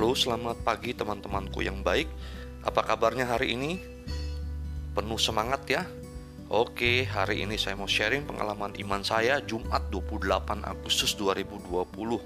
Halo, selamat pagi teman-temanku yang baik. Apa kabarnya hari ini? Penuh semangat ya? Oke, hari ini saya mau sharing pengalaman iman saya Jumat 28 Agustus 2020.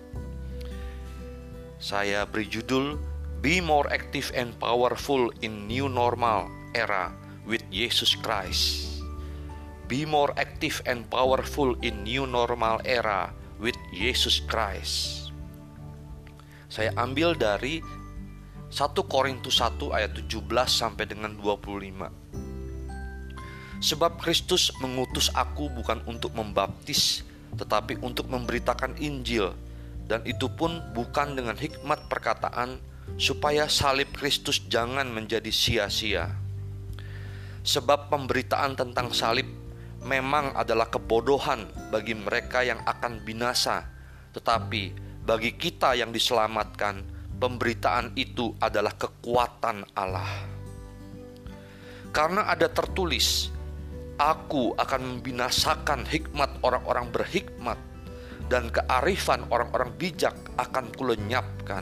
Saya beri judul Be More Active and Powerful in New Normal Era with Jesus Christ. Be more active and powerful in new normal era with Jesus Christ. Saya ambil dari 1 Korintus 1 ayat 17 sampai dengan 25. Sebab Kristus mengutus aku bukan untuk membaptis, tetapi untuk memberitakan Injil, dan itu pun bukan dengan hikmat perkataan, supaya salib Kristus jangan menjadi sia-sia. Sebab pemberitaan tentang salib memang adalah kebodohan bagi mereka yang akan binasa, tetapi bagi kita yang diselamatkan, pemberitaan itu adalah kekuatan Allah. Karena ada tertulis, aku akan membinasakan hikmat orang-orang berhikmat, dan kearifan orang-orang bijak akan kulenyapkan.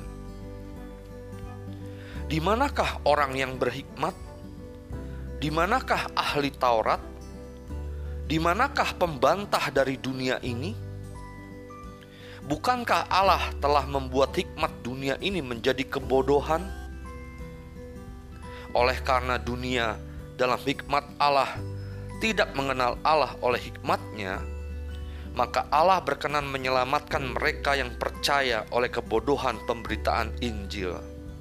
Di manakah orang yang berhikmat? Di manakah ahli Taurat? Di manakah pembantah dari dunia ini? Bukankah Allah telah membuat hikmat dunia ini menjadi kebodohan? Oleh karena dunia dalam hikmat Allah tidak mengenal Allah oleh hikmatnya, maka Allah berkenan menyelamatkan mereka yang percaya oleh kebodohan pemberitaan Injil.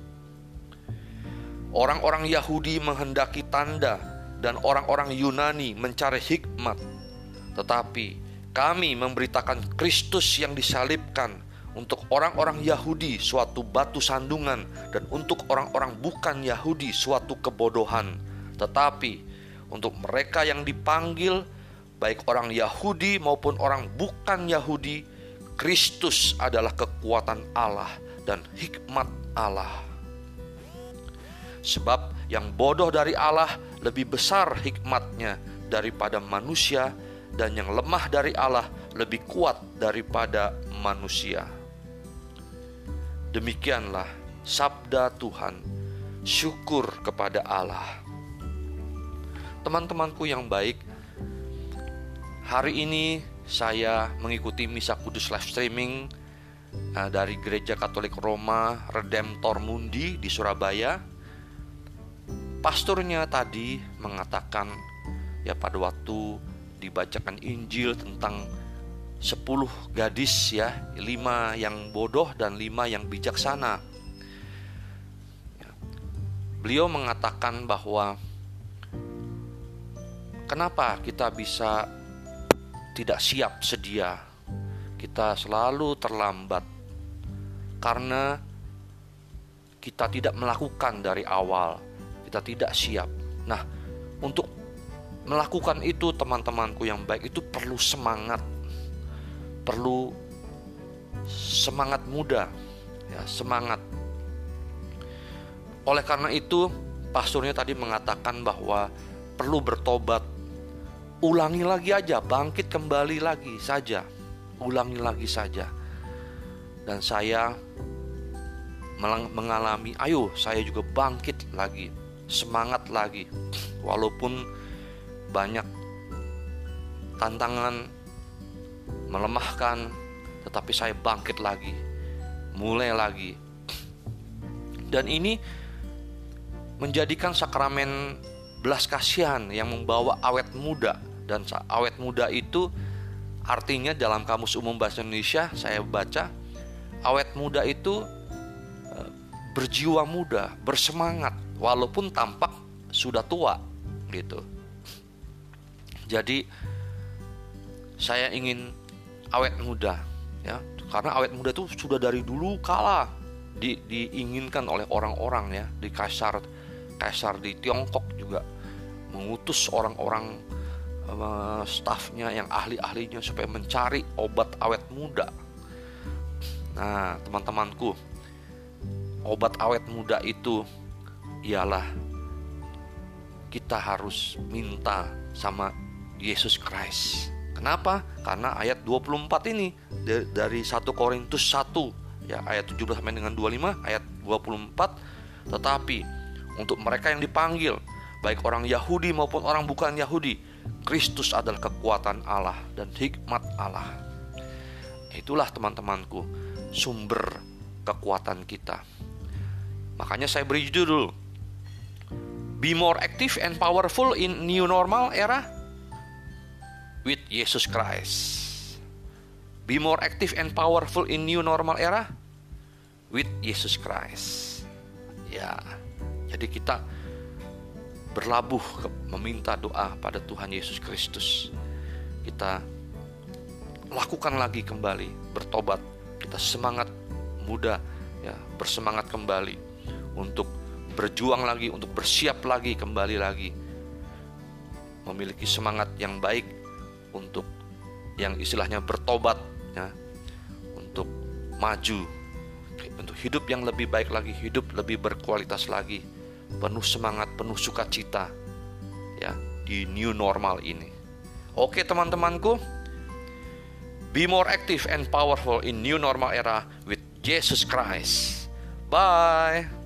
Orang-orang Yahudi menghendaki tanda, dan orang-orang Yunani mencari hikmat, tetapi kami memberitakan Kristus yang disalibkan, untuk orang-orang Yahudi suatu batu sandungan, dan untuk orang-orang bukan Yahudi suatu kebodohan. Tetapi untuk mereka yang dipanggil, baik orang Yahudi maupun orang bukan Yahudi, Kristus adalah kekuatan Allah dan hikmat Allah. Sebab yang bodoh dari Allah lebih besar hikmatnya daripada manusia, dan yang lemah dari Allah lebih kuat daripada manusia. Demikianlah sabda Tuhan. Syukur kepada Allah. Teman-temanku yang baik, hari ini saya mengikuti Misa Kudus live streaming dari Gereja Katolik Roma Redemptor Mundi di Surabaya. Pastornya tadi mengatakan, ya pada waktu dibacakan Injil tentang 10 gadis ya, 5 yang bodoh dan 5 yang bijaksana. Beliau mengatakan bahwa kenapa kita bisa tidak siap sedia, kita selalu terlambat, karena kita tidak melakukan dari awal. Kita tidak siap. Nah, untuk melakukan itu teman-temanku yang baik, itu perlu semangat. Perlu semangat muda ya, semangat. Oleh karena itu, pastornya tadi mengatakan bahwa perlu bertobat. Ulangi lagi aja, bangkit kembali lagi saja. Ulangi lagi saja. Dan saya mengalami, ayo saya juga bangkit lagi, semangat lagi. Walaupun banyak tantangan melemahkan, tetapi saya bangkit lagi, mulai lagi. Dan ini menjadikan sakramen belas kasihan yang membawa awet muda. Dan awet muda itu artinya dalam Kamus Umum Bahasa Indonesia saya baca, awet muda itu berjiwa muda, bersemangat, walaupun tampak sudah tua gitu. Jadi saya ingin awet muda ya, karena awet muda itu sudah dari dulu kala diinginkan oleh orang-orang ya. Di kaisar di Tiongkok juga mengutus orang-orang stafnya yang ahli-ahlinya supaya mencari obat awet muda. Nah, teman-temanku, obat awet muda itu ialah kita harus minta sama Yesus Christ. Kenapa? Karena ayat 24 ini dari 1 Korintus 1 ya, ayat 17 sampai dengan 25, ayat 24. Tetapi untuk mereka yang dipanggil, baik orang Yahudi maupun orang bukan Yahudi, Kristus adalah kekuatan Allah dan hikmat Allah. Itulah teman-temanku, sumber kekuatan kita. Makanya saya beri judul, Be more active and powerful in new normal era with Jesus Christ. Be more active and powerful in new normal era with Jesus Christ. Ya, jadi kita berlabuh meminta doa pada Tuhan Yesus Kristus. Kita lakukan lagi kembali, bertobat. Kita semangat muda, ya, bersemangat kembali untuk berjuang lagi, untuk bersiap lagi, kembali lagi, memiliki semangat yang baik untuk yang istilahnya bertobat, ya, untuk maju, untuk hidup yang lebih baik lagi, hidup lebih berkualitas lagi, penuh semangat, penuh sukacita, ya, di new normal ini. Oke teman-temanku, be more active and powerful in new normal era with Jesus Christ. Bye.